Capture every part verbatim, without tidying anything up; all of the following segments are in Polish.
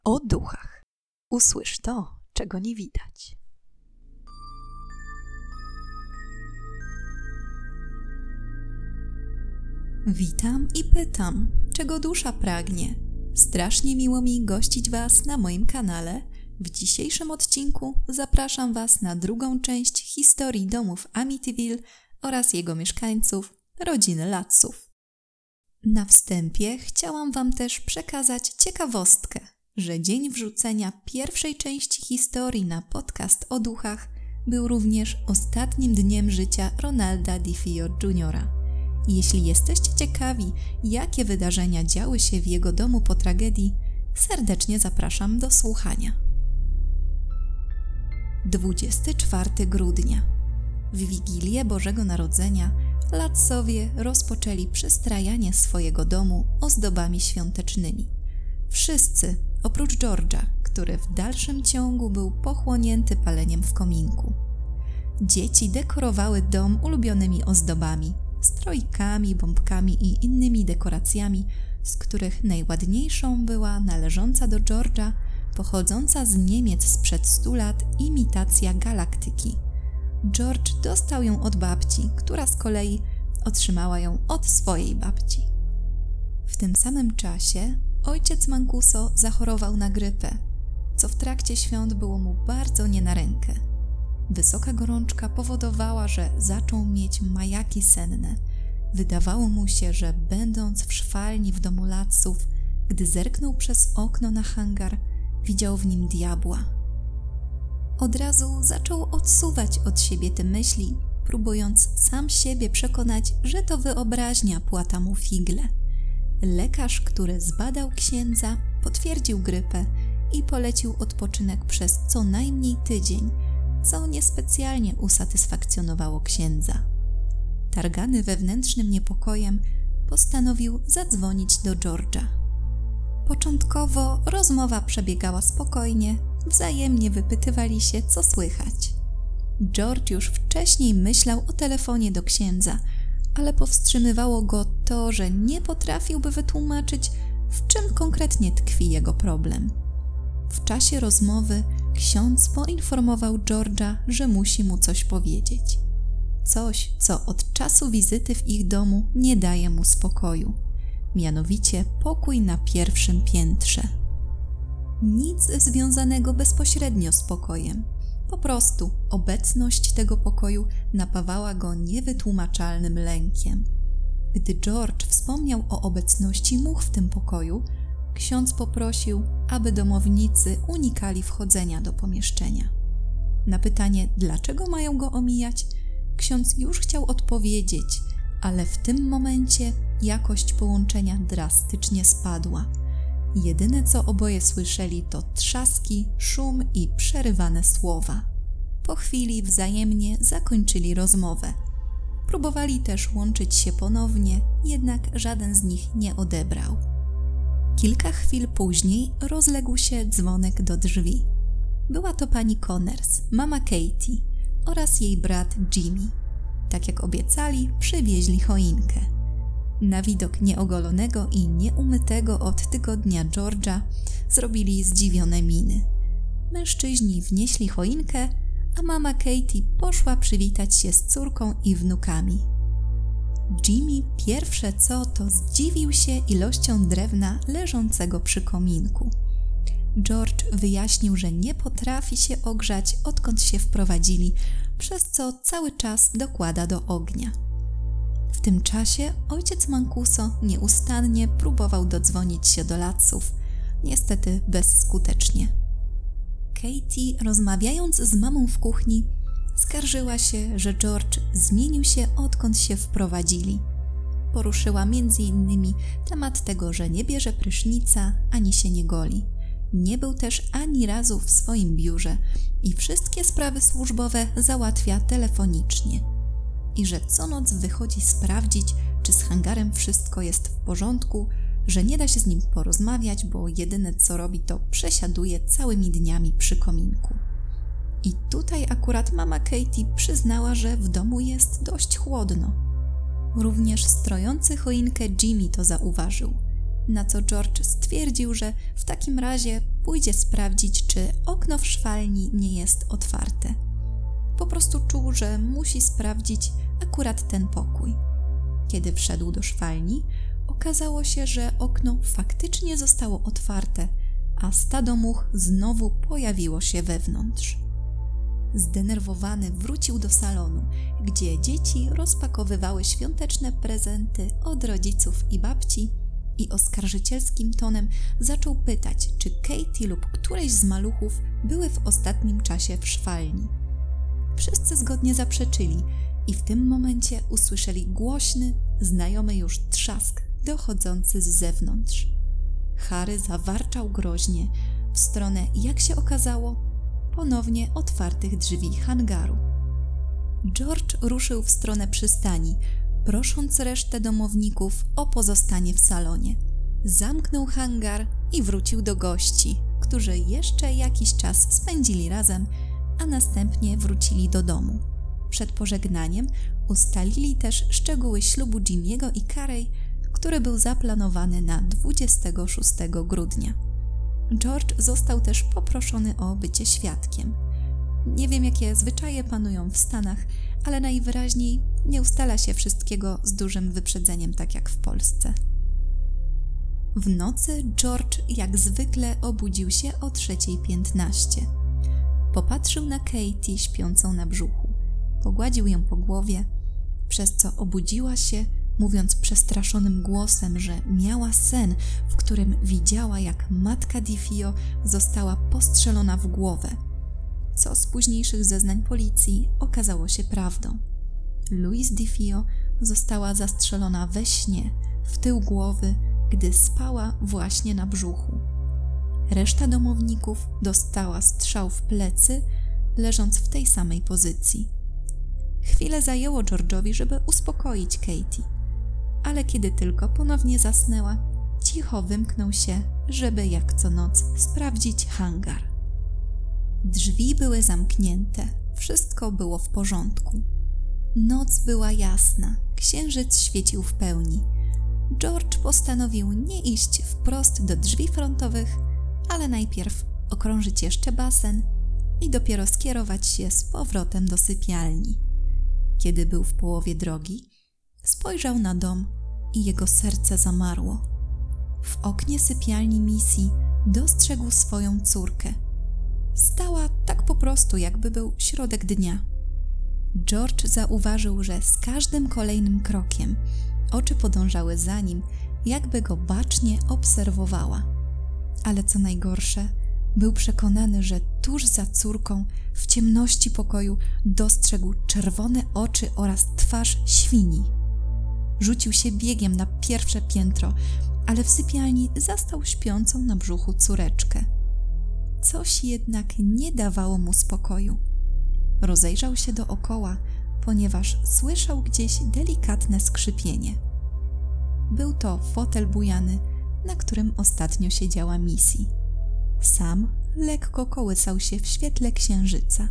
O duchach. Usłysz to, czego nie widać. Witam i pytam, czego dusza pragnie. Strasznie miło mi gościć Was na moim kanale. W dzisiejszym odcinku zapraszam Was na drugą część historii domów Amityville oraz jego mieszkańców, rodziny Latsów. Na wstępie chciałam Wam też przekazać ciekawostkę, że dzień wrzucenia pierwszej części historii na podcast o duchach był również ostatnim dniem życia Ronalda DiFio juniora Jeśli jesteście ciekawi, jakie wydarzenia działy się w jego domu po tragedii, serdecznie zapraszam do słuchania. dwudziestego czwartego grudnia. W Wigilię Bożego Narodzenia Latsowie rozpoczęli przystrajanie swojego domu ozdobami świątecznymi. Wszyscy, oprócz George'a, który w dalszym ciągu był pochłonięty paleniem w kominku. Dzieci dekorowały dom ulubionymi ozdobami, strojkami, bombkami i innymi dekoracjami, z których najładniejszą była należąca do George'a, pochodząca z Niemiec sprzed stu lat imitacja galaktyki. George dostał ją od babci, która z kolei otrzymała ją od swojej babci. W tym samym czasie ojciec Mancuso zachorował na grypę, co w trakcie świąt było mu bardzo nie na rękę. Wysoka gorączka powodowała, że zaczął mieć majaki senne. Wydawało mu się, że będąc w szwalni w domu Latsów, gdy zerknął przez okno na hangar, widział w nim diabła. Od razu zaczął odsuwać od siebie te myśli, próbując sam siebie przekonać, że to wyobraźnia płata mu figle. Lekarz, który zbadał księdza, potwierdził grypę i polecił odpoczynek przez co najmniej tydzień, co niespecjalnie usatysfakcjonowało księdza. Targany wewnętrznym niepokojem, postanowił zadzwonić do George'a. Początkowo rozmowa przebiegała spokojnie, wzajemnie wypytywali się, co słychać. George już wcześniej myślał o telefonie do księdza, ale powstrzymywało go to, że nie potrafiłby wytłumaczyć, w czym konkretnie tkwi jego problem. W czasie rozmowy ksiądz poinformował George'a, że musi mu coś powiedzieć. Coś, co od czasu wizyty w ich domu nie daje mu spokoju. Mianowicie pokój na pierwszym piętrze. Nic związanego bezpośrednio z pokojem. Po prostu obecność tego pokoju napawała go niewytłumaczalnym lękiem. Gdy George wspomniał o obecności much w tym pokoju, ksiądz poprosił, aby domownicy unikali wchodzenia do pomieszczenia. Na pytanie, dlaczego mają go omijać, ksiądz już chciał odpowiedzieć, ale w tym momencie jakość połączenia drastycznie spadła. Jedyne, co oboje słyszeli, to trzaski, szum i przerywane słowa. Po chwili wzajemnie zakończyli rozmowę. Próbowali też łączyć się ponownie, jednak żaden z nich nie odebrał. Kilka chwil później rozległ się dzwonek do drzwi. Była to pani Connors, mama Katie oraz jej brat Jimmy. Tak jak obiecali, przywieźli choinkę. Na widok nieogolonego i nieumytego od tygodnia George'a zrobili zdziwione miny. Mężczyźni wnieśli choinkę, a mama Katie poszła przywitać się z córką i wnukami. Jimmy pierwsze co to zdziwił się ilością drewna leżącego przy kominku. George wyjaśnił, że nie potrafi się ogrzać, odkąd się wprowadzili, przez co cały czas dokłada do ognia. W tym czasie ojciec Mancuso nieustannie próbował dodzwonić się do Latsów, niestety bezskutecznie. Katie, rozmawiając z mamą w kuchni, skarżyła się, że George zmienił się, odkąd się wprowadzili. Poruszyła między innymi temat tego, że nie bierze prysznica ani się nie goli. Nie był też ani razu w swoim biurze i wszystkie sprawy służbowe załatwia telefonicznie. I że co noc wychodzi sprawdzić, czy z hangarem wszystko jest w porządku, że nie da się z nim porozmawiać, bo jedyne co robi, to przesiaduje całymi dniami przy kominku. I tutaj akurat mama Katie przyznała, że w domu jest dość chłodno. Również strojący choinkę Jimmy to zauważył, na co George stwierdził, że w takim razie pójdzie sprawdzić, czy okno w szwalni nie jest otwarte. Po prostu czuł, że musi sprawdzić akurat ten pokój. Kiedy wszedł do szwalni, okazało się, że okno faktycznie zostało otwarte, a stado much znowu pojawiło się wewnątrz. Zdenerwowany wrócił do salonu, gdzie dzieci rozpakowywały świąteczne prezenty od rodziców i babci i oskarżycielskim tonem zaczął pytać, czy Katie lub któreś z maluchów były w ostatnim czasie w szwalni. Wszyscy zgodnie zaprzeczyli i w tym momencie usłyszeli głośny, znajomy już trzask dochodzący z zewnątrz. Harry zawarczał groźnie w stronę, jak się okazało, ponownie otwartych drzwi hangaru. George ruszył w stronę przystani, prosząc resztę domowników o pozostanie w salonie. Zamknął hangar i wrócił do gości, którzy jeszcze jakiś czas spędzili razem, a następnie wrócili do domu. Przed pożegnaniem ustalili też szczegóły ślubu Jimiego i Carey, który był zaplanowany na dwudziestego szóstego grudnia. George został też poproszony o bycie świadkiem. Nie wiem, jakie zwyczaje panują w Stanach, ale najwyraźniej nie ustala się wszystkiego z dużym wyprzedzeniem, tak jak w Polsce. W nocy George jak zwykle obudził się o trzeciej piętnaście. Popatrzył na Katie śpiącą na brzuchu. Pogładził ją po głowie, przez co obudziła się, mówiąc przestraszonym głosem, że miała sen, w którym widziała, jak matka DeFeo została postrzelona w głowę, co z późniejszych zeznań policji okazało się prawdą. Louise DeFeo została zastrzelona we śnie, w tył głowy, gdy spała właśnie na brzuchu. Reszta domowników dostała strzał w plecy, leżąc w tej samej pozycji. Chwilę zajęło George'owi, żeby uspokoić Katie, ale kiedy tylko ponownie zasnęła, cicho wymknął się, żeby jak co noc sprawdzić hangar. Drzwi były zamknięte, wszystko było w porządku. Noc była jasna, księżyc świecił w pełni. George postanowił nie iść wprost do drzwi frontowych, ale najpierw okrążyć jeszcze basen i dopiero skierować się z powrotem do sypialni. Kiedy był w połowie drogi, spojrzał na dom i jego serce zamarło. W oknie sypialni Missy dostrzegł swoją córkę. Stała tak po prostu, jakby był środek dnia. George zauważył, że z każdym kolejnym krokiem oczy podążały za nim, jakby go bacznie obserwowała. Ale co najgorsze, był przekonany, że tuż za córką w ciemności pokoju dostrzegł czerwone oczy oraz twarz świni. Rzucił się biegiem na pierwsze piętro, ale w sypialni zastał śpiącą na brzuchu córeczkę. Coś jednak nie dawało mu spokoju. Rozejrzał się dookoła, ponieważ słyszał gdzieś delikatne skrzypienie. Był to fotel bujany, na którym ostatnio siedziała Missy. Sam lekko kołysał się w świetle księżyca.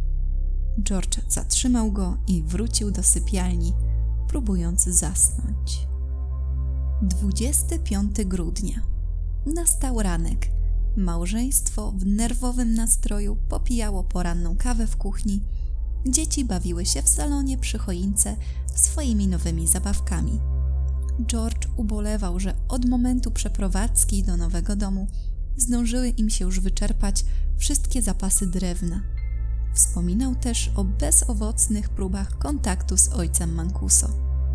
George zatrzymał go i wrócił do sypialni, próbując zasnąć. dwudziestego piątego grudnia. Nastał ranek. Małżeństwo w nerwowym nastroju popijało poranną kawę w kuchni. Dzieci bawiły się w salonie przy choince swoimi nowymi zabawkami. George ubolewał, że od momentu przeprowadzki do nowego domu zdążyły im się już wyczerpać wszystkie zapasy drewna. Wspominał też o bezowocnych próbach kontaktu z ojcem Mancuso.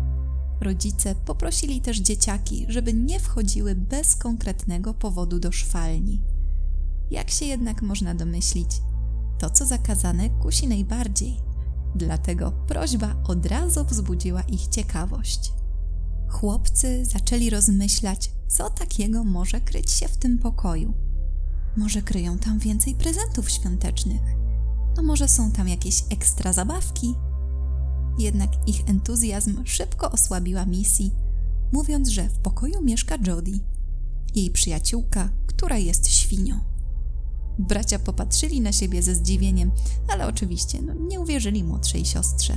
Rodzice poprosili też dzieciaki, żeby nie wchodziły bez konkretnego powodu do szwalni. Jak się jednak można domyślić, to co zakazane kusi najbardziej, dlatego prośba od razu wzbudziła ich ciekawość. Chłopcy zaczęli rozmyślać, co takiego może kryć się w tym pokoju. Może kryją tam więcej prezentów świątecznych, a może są tam jakieś ekstra zabawki? Jednak ich entuzjazm szybko osłabiła Missy, mówiąc, że w pokoju mieszka Jodie, jej przyjaciółka, która jest świnią. Bracia popatrzyli na siebie ze zdziwieniem, ale oczywiście no, nie uwierzyli młodszej siostrze.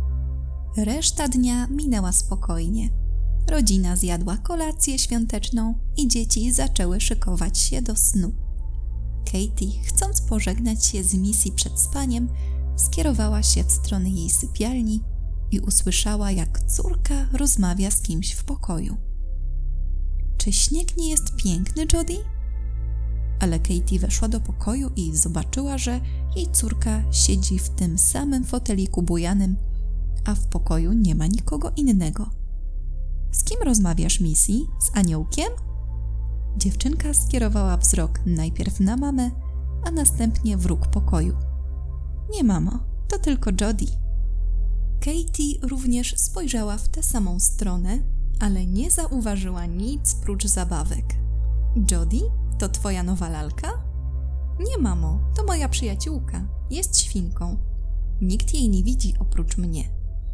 Reszta dnia minęła spokojnie. Rodzina zjadła kolację świąteczną i dzieci zaczęły szykować się do snu. Katie, chcąc pożegnać się z Missy przed spaniem, skierowała się w stronę jej sypialni i usłyszała, jak córka rozmawia z kimś w pokoju. Czy śnieg nie jest piękny, Jody? Ale Katie weszła do pokoju i zobaczyła, że jej córka siedzi w tym samym foteliku bujanym, a w pokoju nie ma nikogo innego. Z kim rozmawiasz, Missy? Z aniołkiem? Dziewczynka skierowała wzrok najpierw na mamę, a następnie w róg pokoju. Nie, mamo, to tylko Jody. Katie również spojrzała w tę samą stronę, ale nie zauważyła nic prócz zabawek. Jody? To twoja nowa lalka? Nie, mamo, to moja przyjaciółka. Jest świnką. Nikt jej nie widzi oprócz mnie.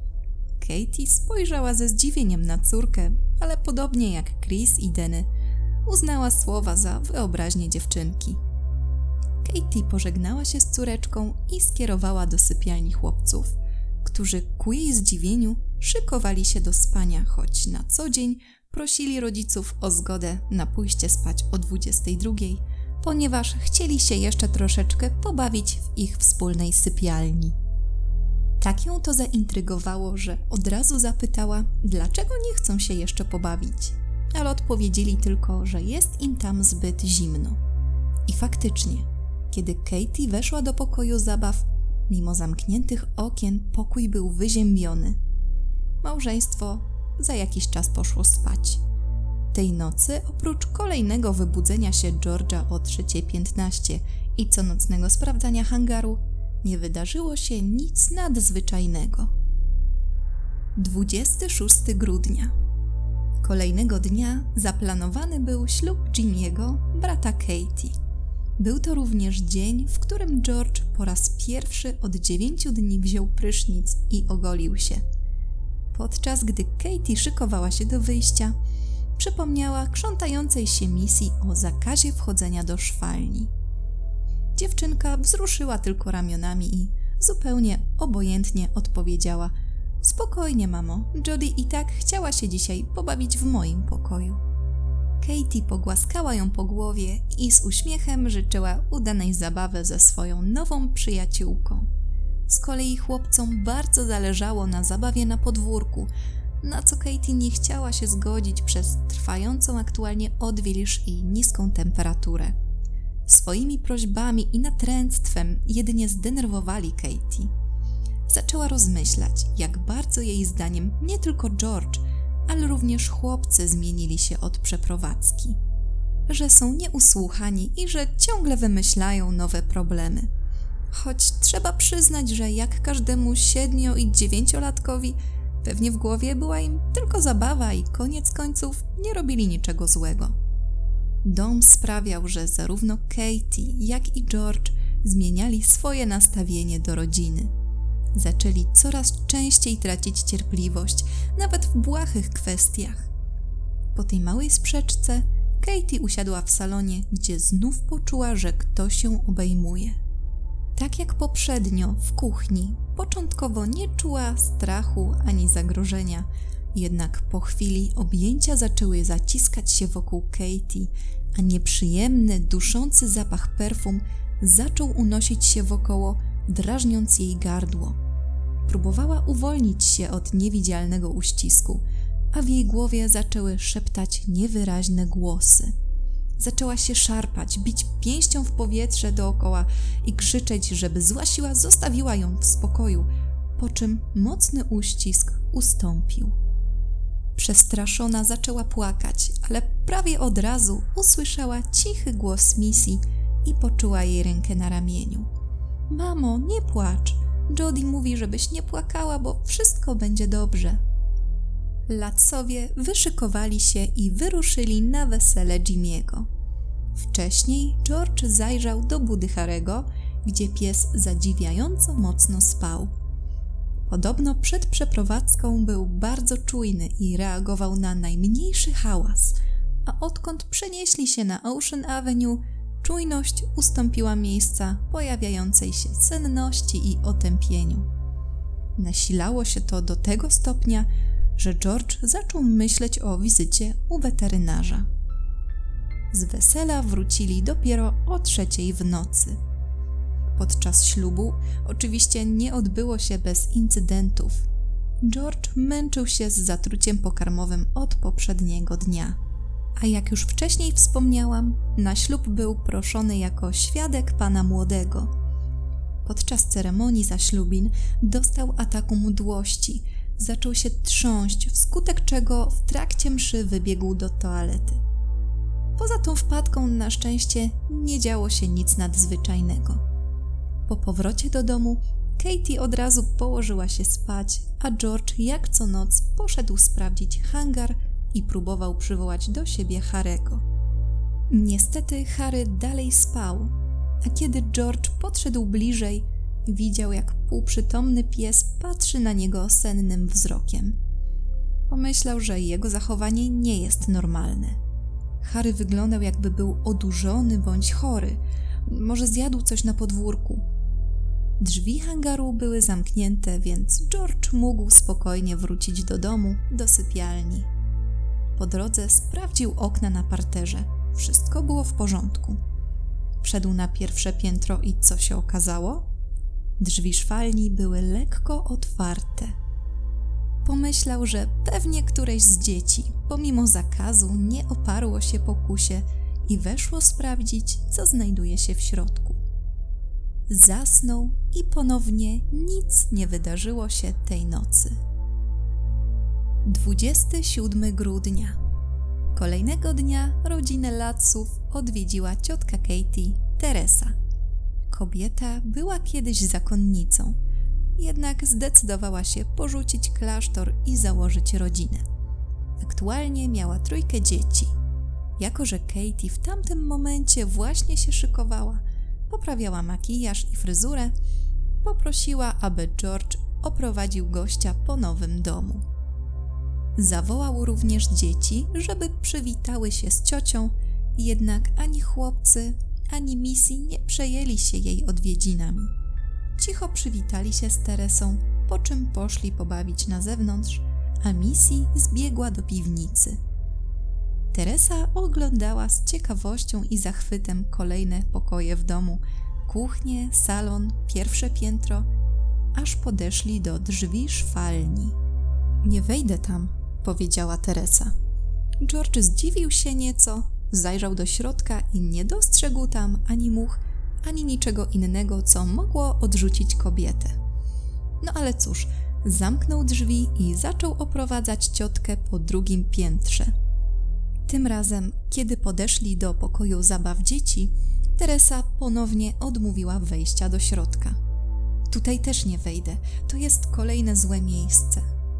Katie spojrzała ze zdziwieniem na córkę, ale podobnie jak Chris i Denny, uznała słowa za wyobraźnię dziewczynki. Katie pożegnała się z córeczką i skierowała do sypialni chłopców, którzy ku jej zdziwieniu szykowali się do spania, choć na co dzień prosili rodziców o zgodę na pójście spać o dwudziestej drugiej, ponieważ chcieli się jeszcze troszeczkę pobawić w ich wspólnej sypialni. Tak ją to zaintrygowało, że od razu zapytała, dlaczego nie chcą się jeszcze pobawić, ale odpowiedzieli tylko, że jest im tam zbyt zimno. I faktycznie, kiedy Katie weszła do pokoju zabaw, mimo zamkniętych okien pokój był wyziębiony. Małżeństwo za jakiś czas poszło spać. Tej nocy, oprócz kolejnego wybudzenia się George'a o trzeciej piętnaście i conocnego sprawdzania hangaru, nie wydarzyło się nic nadzwyczajnego. dwudziestego szóstego grudnia. Kolejnego dnia zaplanowany był ślub Jimmy'ego, brata Katie. Był to również dzień, w którym George po raz pierwszy od dziewięciu dni wziął prysznic i ogolił się. Podczas gdy Katie szykowała się do wyjścia, przypomniała krzątającej się Missy o zakazie wchodzenia do szwalni. Dziewczynka wzruszyła tylko ramionami i zupełnie obojętnie odpowiedziała: spokojnie, mamo, Jody i tak chciała się dzisiaj pobawić w moim pokoju. Katie pogłaskała ją po głowie i z uśmiechem życzyła udanej zabawy ze swoją nową przyjaciółką. Z kolei chłopcom bardzo zależało na zabawie na podwórku, na co Katie nie chciała się zgodzić przez trwającą aktualnie odwilż i niską temperaturę. Swoimi prośbami i natręctwem jedynie zdenerwowali Katie. Zaczęła rozmyślać, jak bardzo jej zdaniem nie tylko George, ale również chłopcy zmienili się od przeprowadzki. Że są nieusłuchani i że ciągle wymyślają nowe problemy. Choć trzeba przyznać, że jak każdemu siedmiu- i dziewięciolatkowi, pewnie w głowie była im tylko zabawa i koniec końców nie robili niczego złego. Dom sprawiał, że zarówno Katie, jak i George zmieniali swoje nastawienie do rodziny. Zaczęli coraz częściej tracić cierpliwość, nawet w błahych kwestiach. Po tej małej sprzeczce Katie usiadła w salonie, gdzie znów poczuła, że ktoś ją obejmuje. Tak jak poprzednio w kuchni, początkowo nie czuła strachu ani zagrożenia, jednak po chwili objęcia zaczęły zaciskać się wokół Katie, a nieprzyjemny, duszący zapach perfum zaczął unosić się wokoło, drażniąc jej gardło. Próbowała uwolnić się od niewidzialnego uścisku, a w jej głowie zaczęły szeptać niewyraźne głosy. Zaczęła się szarpać, bić pięścią w powietrze dookoła i krzyczeć, żeby zła siła zostawiła ją w spokoju, po czym mocny uścisk ustąpił. Przestraszona zaczęła płakać, ale prawie od razu usłyszała cichy głos Missy i poczuła jej rękę na ramieniu. Mamo, nie płacz. Jody mówi, żebyś nie płakała, bo wszystko będzie dobrze. Latsowie wyszykowali się i wyruszyli na wesele Jimmy'ego. Wcześniej George zajrzał do budy Harego, gdzie pies zadziwiająco mocno spał. Podobno przed przeprowadzką był bardzo czujny i reagował na najmniejszy hałas, a odkąd przenieśli się na Ocean Avenue, czujność ustąpiła miejsca pojawiającej się senności i otępieniu. Nasilało się to do tego stopnia, że George zaczął myśleć o wizycie u weterynarza. Z wesela wrócili dopiero o trzeciej w nocy. Podczas ślubu oczywiście nie odbyło się bez incydentów. George męczył się z zatruciem pokarmowym od poprzedniego dnia. A jak już wcześniej wspomniałam, na ślub był proszony jako świadek pana młodego. Podczas ceremonii zaślubin dostał ataku mdłości, zaczął się trząść, wskutek czego w trakcie mszy wybiegł do toalety. Poza tą wpadką na szczęście nie działo się nic nadzwyczajnego. Po powrocie do domu Katie od razu położyła się spać, a George jak co noc poszedł sprawdzić hangar i próbował przywołać do siebie Harego. Niestety Harry dalej spał, a kiedy George podszedł bliżej, widział jak półprzytomny pies patrzy na niego sennym wzrokiem. Pomyślał, że jego zachowanie nie jest normalne. Harry wyglądał jakby był odurzony bądź chory, może zjadł coś na podwórku. Drzwi hangaru były zamknięte, więc George mógł spokojnie wrócić do domu, do sypialni. Po drodze sprawdził okna na parterze. Wszystko było w porządku. Wszedł na pierwsze piętro i co się okazało? Drzwi szwalni były lekko otwarte. Pomyślał, że pewnie któreś z dzieci, pomimo zakazu, nie oparło się pokusie i weszło sprawdzić, co znajduje się w środku. Zasnął i ponownie nic nie wydarzyło się tej nocy. dwudziestego siódmego grudnia. Kolejnego dnia rodzinę Latsów odwiedziła ciotka Katie, Teresa. Kobieta była kiedyś zakonnicą, jednak zdecydowała się porzucić klasztor i założyć rodzinę. Aktualnie miała trójkę dzieci. Jako że Katie w tamtym momencie właśnie się szykowała, poprawiała makijaż i fryzurę, poprosiła, aby George oprowadził gościa po nowym domu. Zawołał również dzieci, żeby przywitały się z ciocią, jednak ani chłopcy, ani Missy nie przejęli się jej odwiedzinami. Cicho przywitali się z Teresą, po czym poszli pobawić na zewnątrz, a Missy zbiegła do piwnicy. Teresa oglądała z ciekawością i zachwytem kolejne pokoje w domu, kuchnię, salon, pierwsze piętro, aż podeszli do drzwi szwalni. Nie wejdę tam, powiedziała Teresa. George zdziwił się nieco, zajrzał do środka i nie dostrzegł tam ani much, ani niczego innego, co mogło odrzucić kobietę. No ale cóż, zamknął drzwi i zaczął oprowadzać ciotkę po drugim piętrze. Tym razem, kiedy podeszli do pokoju zabaw dzieci, Teresa ponownie odmówiła wejścia do środka. Tutaj też nie wejdę, to jest kolejne złe miejsce.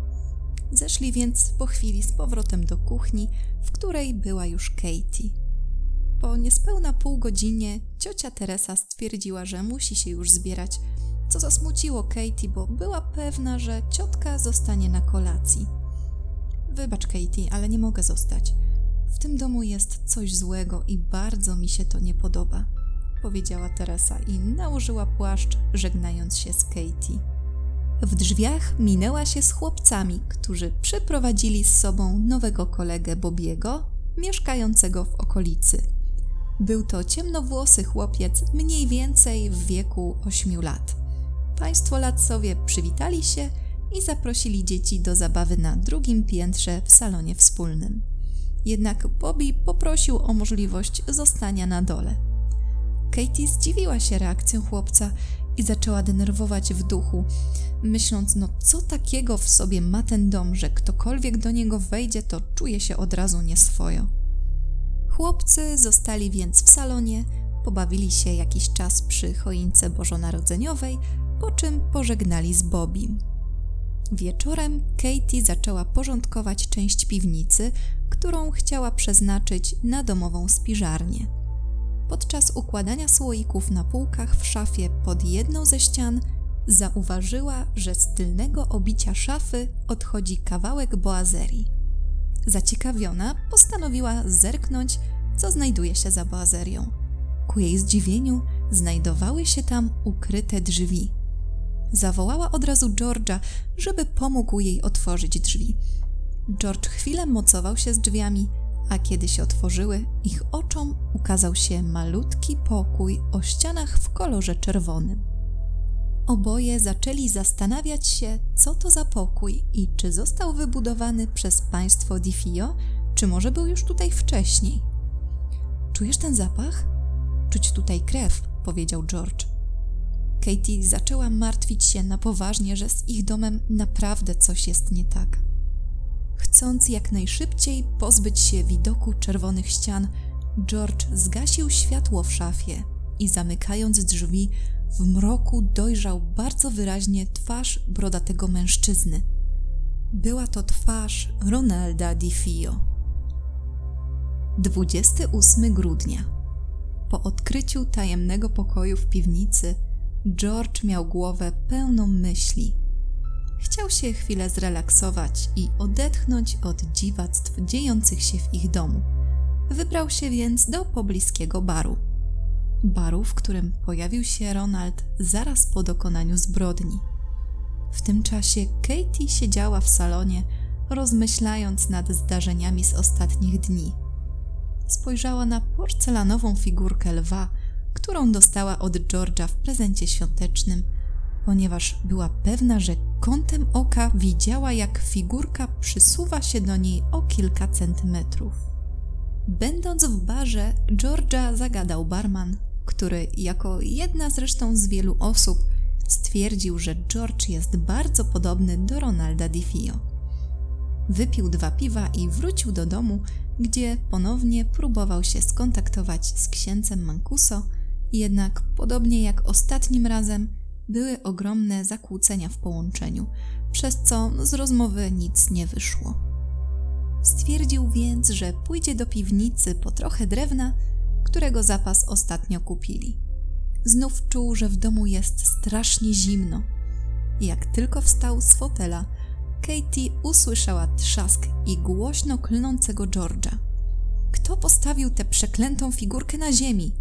Zeszli więc po chwili z powrotem do kuchni, w której była już Katie. Po niespełna pół godzinie ciocia Teresa stwierdziła, że musi się już zbierać, co zasmuciło Katie, bo była pewna, że ciotka zostanie na kolacji. Wybacz, Katie, ale nie mogę zostać. W tym domu jest coś złego i bardzo mi się to nie podoba, powiedziała Teresa i nałożyła płaszcz, żegnając się z Katie. W drzwiach minęła się z chłopcami, którzy przyprowadzili z sobą nowego kolegę Bobiego, mieszkającego w okolicy. Był to ciemnowłosy chłopiec, mniej więcej w wieku ośmiu lat. Państwo Latsowie przywitali się i zaprosili dzieci do zabawy na drugim piętrze w salonie wspólnym. Jednak Bobby poprosił o możliwość zostania na dole. Katie zdziwiła się reakcją chłopca i zaczęła denerwować w duchu, myśląc, no co takiego w sobie ma ten dom, że ktokolwiek do niego wejdzie, to czuje się od razu nieswojo. Chłopcy zostali więc w salonie, pobawili się jakiś czas przy choince bożonarodzeniowej, po czym pożegnali z Bobbym. Wieczorem Katie zaczęła porządkować część piwnicy, którą chciała przeznaczyć na domową spiżarnię. Podczas układania słoików na półkach w szafie pod jedną ze ścian zauważyła, że z tylnego obicia szafy odchodzi kawałek boazerii. Zaciekawiona postanowiła zerknąć, co znajduje się za boazerią. Ku jej zdziwieniu znajdowały się tam ukryte drzwi. Zawołała od razu George'a, żeby pomógł jej otworzyć drzwi. George chwilę mocował się z drzwiami, a kiedy się otworzyły, ich oczom ukazał się malutki pokój o ścianach w kolorze czerwonym. Oboje zaczęli zastanawiać się, co to za pokój i czy został wybudowany przez państwo DeFeo, czy może był już tutaj wcześniej. Czujesz ten zapach? Czuć tutaj krew, powiedział George. Katie zaczęła martwić się na poważnie, że z ich domem naprawdę coś jest nie tak. Chcąc jak najszybciej pozbyć się widoku czerwonych ścian, George zgasił światło w szafie i zamykając drzwi, w mroku dojrzał bardzo wyraźnie twarz brodatego mężczyzny. Była to twarz Ronalda DeFeo. dwudziestego ósmego grudnia. Po odkryciu tajemnego pokoju w piwnicy, George miał głowę pełną myśli. Chciał się chwilę zrelaksować i odetchnąć od dziwactw dziejących się w ich domu. Wybrał się więc do pobliskiego baru. Baru, w którym pojawił się Ronald zaraz po dokonaniu zbrodni. W tym czasie Katie siedziała w salonie, rozmyślając nad zdarzeniami z ostatnich dni. Spojrzała na porcelanową figurkę lwa, którą dostała od George'a w prezencie świątecznym, ponieważ była pewna, że kątem oka widziała, jak figurka przysuwa się do niej o kilka centymetrów. Będąc w barze, George'a zagadał barman, który jako jedna zresztą z wielu osób stwierdził, że George jest bardzo podobny do Ronalda DeFeo. Wypił dwa piwa i wrócił do domu, gdzie ponownie próbował się skontaktować z księcem Mancuso, jednak podobnie jak ostatnim razem były ogromne zakłócenia w połączeniu, przez co z rozmowy nic nie wyszło. Stwierdził więc, że pójdzie do piwnicy po trochę drewna, którego zapas ostatnio kupili. Znów czuł, że w domu jest strasznie zimno. Jak tylko wstał z fotela, Katie usłyszała trzask i głośno klnącego George'a. Kto postawił tę przeklętą figurkę na ziemi?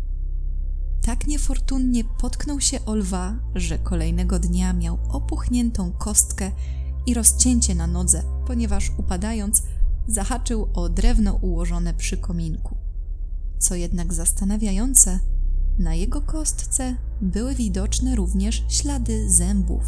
Tak niefortunnie potknął się o lwa, że kolejnego dnia miał opuchniętą kostkę i rozcięcie na nodze, ponieważ upadając zahaczył o drewno ułożone przy kominku. Co jednak zastanawiające, na jego kostce były widoczne również ślady zębów.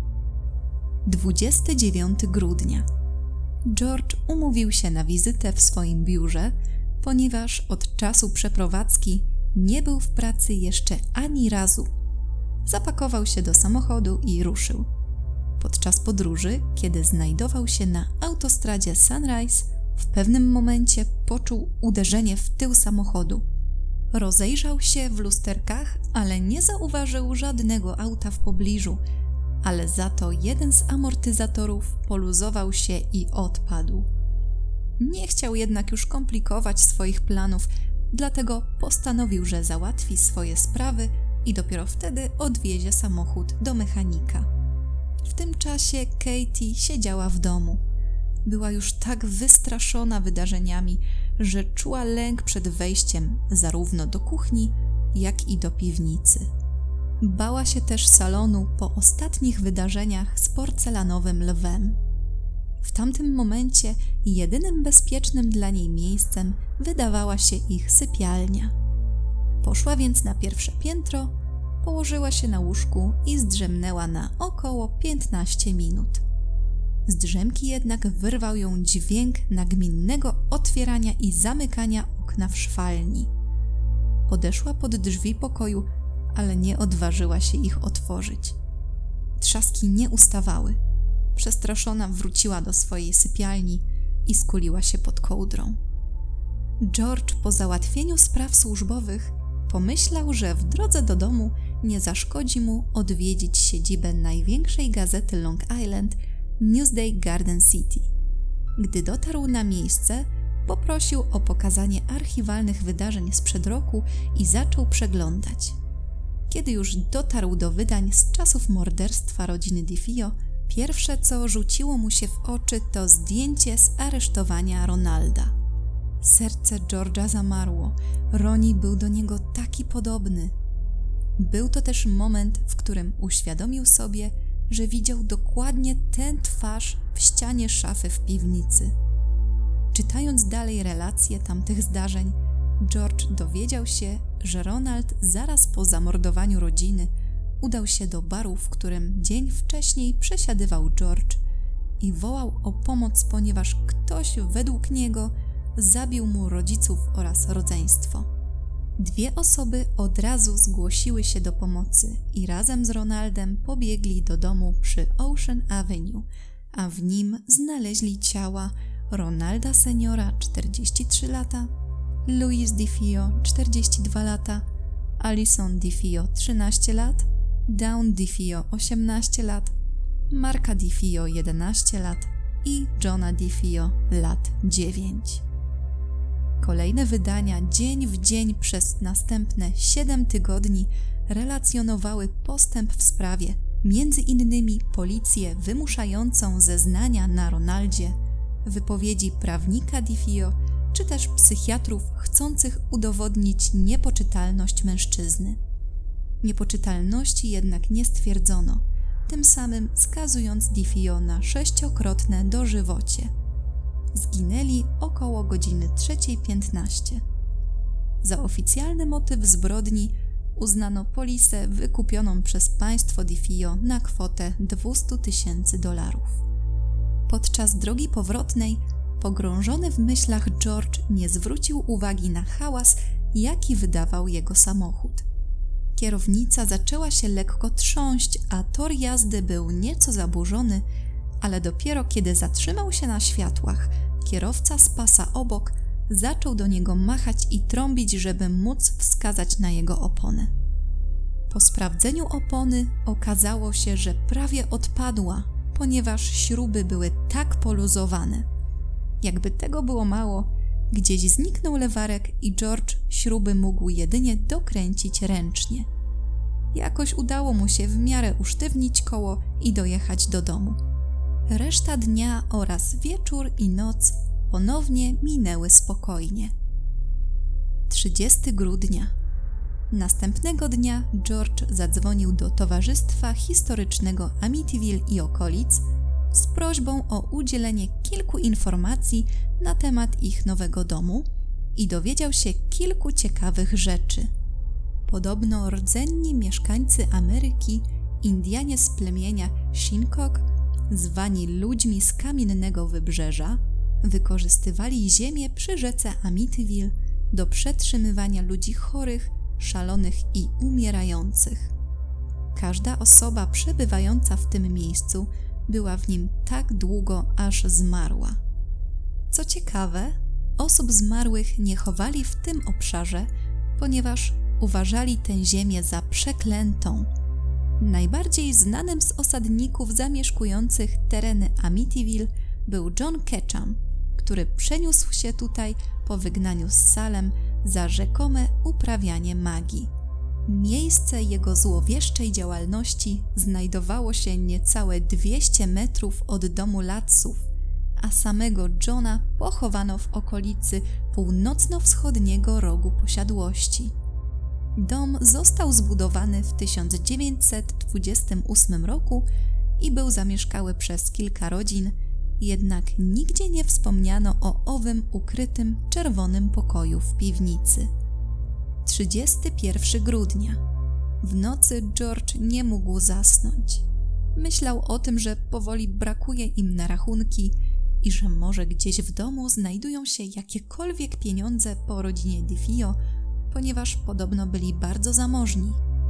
dwudziestego dziewiątego grudnia. George umówił się na wizytę w swoim biurze, ponieważ od czasu przeprowadzki nie był w pracy jeszcze ani razu. Zapakował się do samochodu i ruszył. Podczas podróży, kiedy znajdował się na autostradzie Sunrise, w pewnym momencie poczuł uderzenie w tył samochodu. Rozejrzał się w lusterkach, ale nie zauważył żadnego auta w pobliżu, ale za to jeden z amortyzatorów poluzował się i odpadł. Nie chciał jednak już komplikować swoich planów, dlatego postanowił, że załatwi swoje sprawy i dopiero wtedy odwiezie samochód do mechanika. W tym czasie Katie siedziała w domu. Była już tak wystraszona wydarzeniami, że czuła lęk przed wejściem zarówno do kuchni, jak i do piwnicy. Bała się też salonu po ostatnich wydarzeniach z porcelanowym lwem. W tamtym momencie jedynym bezpiecznym dla niej miejscem wydawała się ich sypialnia. Poszła więc na pierwsze piętro, położyła się na łóżku i zdrzemnęła na około piętnaście minut. Z drzemki jednak wyrwał ją dźwięk nagminnego otwierania i zamykania okna w szwalni. Podeszła pod drzwi pokoju, ale nie odważyła się ich otworzyć. Trzaski nie ustawały. Przestraszona wróciła do swojej sypialni i skuliła się pod kołdrą. George po załatwieniu spraw służbowych pomyślał, że w drodze do domu nie zaszkodzi mu odwiedzić siedzibę największej gazety Long Island, Newsday Garden City. Gdy dotarł na miejsce, poprosił o pokazanie archiwalnych wydarzeń sprzed roku i zaczął przeglądać. Kiedy już dotarł do wydań z czasów morderstwa rodziny DeFeo, pierwsze, co rzuciło mu się w oczy, to zdjęcie z aresztowania Ronalda. Serce George'a zamarło. Ronnie był do niego taki podobny. Był to też moment, w którym uświadomił sobie, że widział dokładnie tę twarz w ścianie szafy w piwnicy. Czytając dalej relacje tamtych zdarzeń, George dowiedział się, że Ronald zaraz po zamordowaniu rodziny udał się do baru, w którym dzień wcześniej przesiadywał George i wołał o pomoc, ponieważ ktoś według niego zabił mu rodziców oraz rodzeństwo. Dwie osoby od razu zgłosiły się do pomocy i razem z Ronaldem pobiegli do domu przy Ocean Avenue, a w nim znaleźli ciała Ronalda seniora, czterdzieści trzy lata, Louis DeFeo, czterdzieści dwa lata, Alison DeFeo, trzynaście lat, Dawn DeFeo, osiemnaście lat, Marka DeFeo, jedenaście lat i Johna DeFeo, lat dziewięć. Kolejne wydania dzień w dzień przez następne siedem tygodni relacjonowały postęp w sprawie, między innymi policję wymuszającą zeznania na Ronaldzie, wypowiedzi prawnika DeFeo, czy też psychiatrów chcących udowodnić niepoczytalność mężczyzny. Niepoczytalności jednak nie stwierdzono, tym samym skazując DeFeo na sześciokrotne dożywocie. Zginęli około godziny trzeciej piętnaście. Za oficjalny motyw zbrodni uznano polisę wykupioną przez państwo DeFeo na kwotę dwieście tysięcy dolarów. Podczas drogi powrotnej pogrążony w myślach George nie zwrócił uwagi na hałas, jaki wydawał jego samochód. Kierownica zaczęła się lekko trząść, a tor jazdy był nieco zaburzony, ale dopiero kiedy zatrzymał się na światłach, kierowca z pasa obok zaczął do niego machać i trąbić, żeby móc wskazać na jego oponę. Po sprawdzeniu opony okazało się, że prawie odpadła, ponieważ śruby były tak poluzowane. Jakby tego było mało, gdzieś zniknął lewarek i George śruby mógł jedynie dokręcić ręcznie. Jakoś udało mu się w miarę usztywnić koło i dojechać do domu. Reszta dnia oraz wieczór i noc ponownie minęły spokojnie. trzydziestego grudnia. Następnego dnia George zadzwonił do Towarzystwa Historycznego Amityville i okolic z prośbą o udzielenie kilku informacji na temat ich nowego domu i dowiedział się kilku ciekawych rzeczy. Podobno rdzenni mieszkańcy Ameryki, Indianie z plemienia Shinnecock, zwani ludźmi z kamiennego wybrzeża, wykorzystywali ziemię przy rzece Amityville do przetrzymywania ludzi chorych, szalonych i umierających. Każda osoba przebywająca w tym miejscu była w nim tak długo, aż zmarła. Co ciekawe, osób zmarłych nie chowali w tym obszarze, ponieważ uważali tę ziemię za przeklętą. Najbardziej znanym z osadników zamieszkujących tereny Amityville był John Ketchum, który przeniósł się tutaj po wygnaniu z Salem za rzekome uprawianie magii. Miejsce jego złowieszczej działalności znajdowało się niecałe dwieście metrów od domu Latsów, a samego Johna pochowano w okolicy północno-wschodniego rogu posiadłości. Dom został zbudowany w tysiąc dziewięćset dwudziestym ósmym roku i był zamieszkały przez kilka rodzin, jednak nigdzie nie wspomniano o owym ukrytym czerwonym pokoju w piwnicy. trzydziestego pierwszego grudnia. W nocy George nie mógł zasnąć. Myślał o tym, że powoli brakuje im na rachunki i że może gdzieś w domu znajdują się jakiekolwiek pieniądze po rodzinie DeFeo, ponieważ podobno byli bardzo zamożni.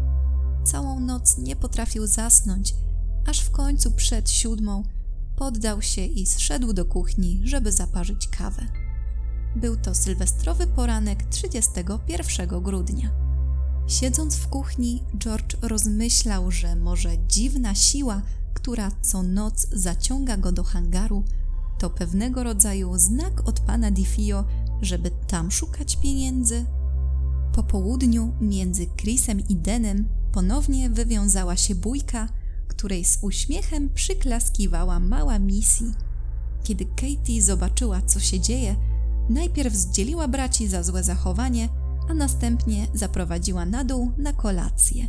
Całą noc nie potrafił zasnąć, aż w końcu przed siódmą poddał się i zszedł do kuchni, żeby zaparzyć kawę. Był to sylwestrowy poranek trzydziestego pierwszego grudnia. Siedząc w kuchni, George rozmyślał, że może dziwna siła, która co noc zaciąga go do hangaru, to pewnego rodzaju znak od pana DeFeo, żeby tam szukać pieniędzy. Po południu między Chrisem i Denem ponownie wywiązała się bójka, której z uśmiechem przyklaskiwała mała Missy. Kiedy Katie zobaczyła, co się dzieje, najpierw zdzieliła braci za złe zachowanie, a następnie zaprowadziła na dół na kolację.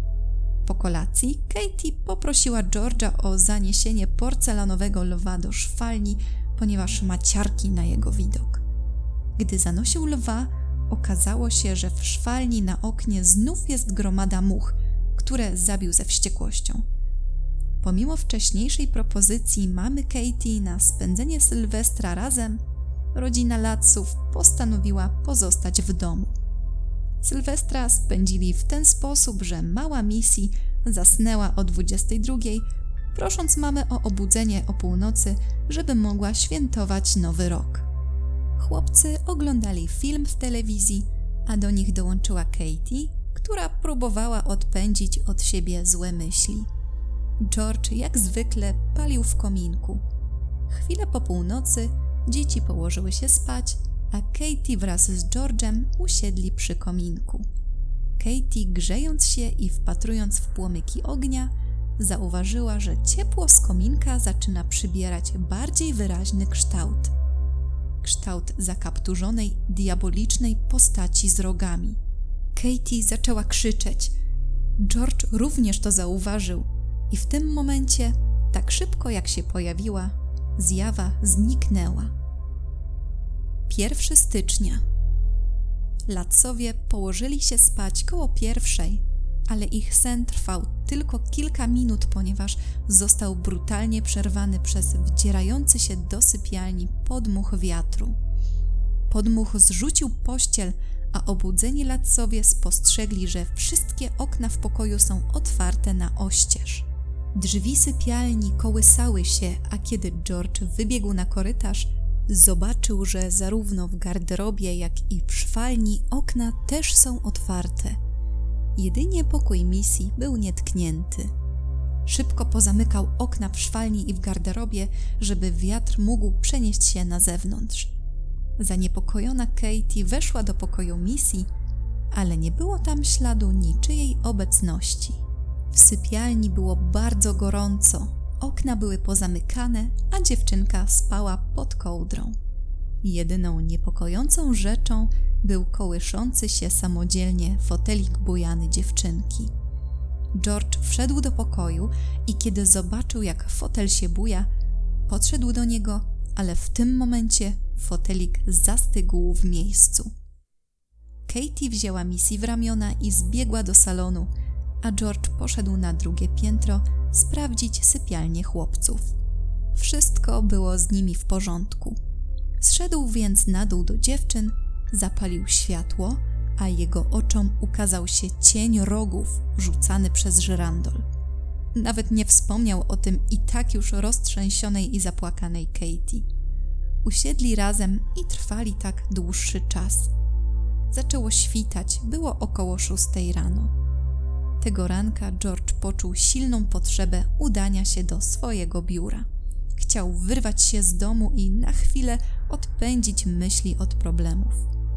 Po kolacji Katie poprosiła George'a o zaniesienie porcelanowego lwa do szwalni ponieważ ma ciarki na jego widok. Gdy zanosił lwa, okazało się, że w szwalni na oknie znów jest gromada much, które zabił ze wściekłością. Pomimo wcześniejszej propozycji mamy Katie na spędzenie Sylwestra razem, rodzina Latsów postanowiła pozostać w domu. Sylwestra spędzili w ten sposób, że mała Missy zasnęła o dwudziestej drugiej, prosząc mamę o obudzenie o północy, żeby mogła świętować Nowy Rok. Chłopcy oglądali film w telewizji, a do nich dołączyła Katie, która próbowała odpędzić od siebie złe myśli. George jak zwykle palił w kominku. Chwilę po północy dzieci położyły się spać, a Katie wraz z George'em usiedli przy kominku. Katie, grzejąc się i wpatrując w płomyki ognia, zauważyła, że ciepło z kominka zaczyna przybierać bardziej wyraźny kształt. Kształt zakapturzonej, diabolicznej postaci z rogami. Katie zaczęła krzyczeć. George również to zauważył i w tym momencie, tak szybko jak się pojawiła, zjawa zniknęła. pierwszego stycznia. Latsowie położyli się spać koło pierwszej, ale ich sen trwał tylko kilka minut, ponieważ został brutalnie przerwany przez wdzierający się do sypialni podmuch wiatru. Podmuch zrzucił pościel, a obudzeni Latsowie spostrzegli, że wszystkie okna w pokoju są otwarte na oścież. Drzwi sypialni kołysały się, a kiedy George wybiegł na korytarz, zobaczył, że zarówno w garderobie, jak i w szwalni okna też są otwarte. Jedynie pokój Missy był nietknięty. Szybko pozamykał okna w szwalni i w garderobie, żeby wiatr mógł przenieść się na zewnątrz. Zaniepokojona Katie weszła do pokoju Missy, ale nie było tam śladu niczyjej obecności. W sypialni było bardzo gorąco, okna były pozamykane, a dziewczynka spała pod kołdrą. Jedyną niepokojącą rzeczą był kołyszący się samodzielnie fotelik bujany dziewczynki. George wszedł do pokoju i kiedy zobaczył, jak fotel się buja, podszedł do niego, ale w tym momencie fotelik zastygł w miejscu. Katie wzięła Missy w ramiona i zbiegła do salonu, a George poszedł na drugie piętro sprawdzić sypialnię chłopców. Wszystko było z nimi w porządku. Zszedł więc na dół do dziewczyn, zapalił światło, a jego oczom ukazał się cień rogów rzucany przez żyrandol. Nawet nie wspomniał o tym i tak już roztrzęsionej i zapłakanej Katie. Usiedli razem i trwali tak dłuższy czas. Zaczęło świtać, było około szóstej rano. Tego ranka George poczuł silną potrzebę udania się do swojego biura. Chciał wyrwać się z domu i na chwilę odpędzić myśli od problemów.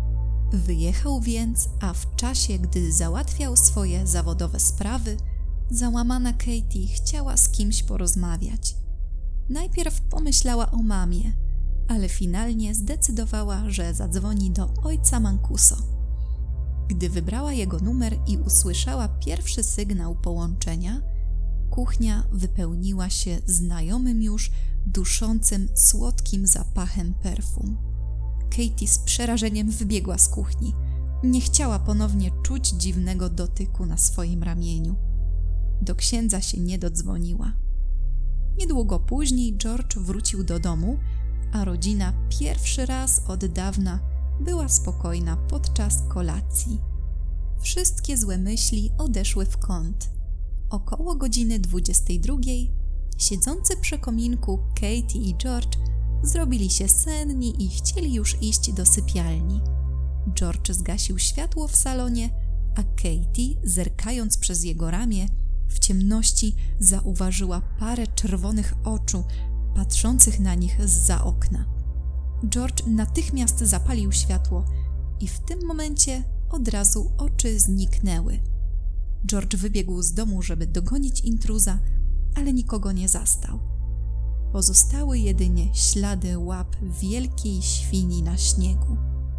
Wyjechał więc, a w czasie, gdy załatwiał swoje zawodowe sprawy, załamana Katie chciała z kimś porozmawiać. Najpierw pomyślała o mamie, ale finalnie zdecydowała, że zadzwoni do ojca Mancuso. Gdy wybrała jego numer i usłyszała pierwszy sygnał połączenia, kuchnia wypełniła się znajomym już, duszącym, słodkim zapachem perfum. Katie z przerażeniem wybiegła z kuchni. Nie chciała ponownie czuć dziwnego dotyku na swoim ramieniu. Do księdza się nie dodzwoniła. Niedługo później George wrócił do domu, a rodzina pierwszy raz od dawna była spokojna podczas kolacji. Wszystkie złe myśli odeszły w kąt. Około godziny dwudziestej drugiej, siedzący przy kominku Katie i George zrobili się senni i chcieli już iść do sypialni. George zgasił światło w salonie, a Katie, zerkając przez jego ramię, w ciemności zauważyła parę czerwonych oczu patrzących na nich zza okna. George natychmiast zapalił światło i w tym momencie od razu oczy zniknęły. George wybiegł z domu, żeby dogonić intruza, ale nikogo nie zastał. Pozostały jedynie ślady łap wielkiej świni na śniegu.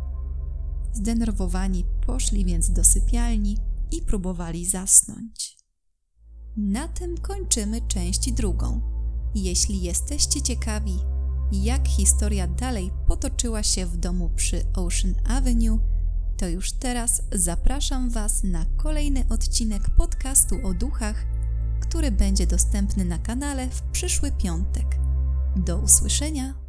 Zdenerwowani poszli więc do sypialni i próbowali zasnąć. Na tym kończymy część drugą. Jeśli jesteście ciekawi, jak historia dalej potoczyła się w domu przy Ocean Avenue, to już teraz zapraszam Was na kolejny odcinek podcastu o duchach, który będzie dostępny na kanale w przyszły piątek. Do usłyszenia!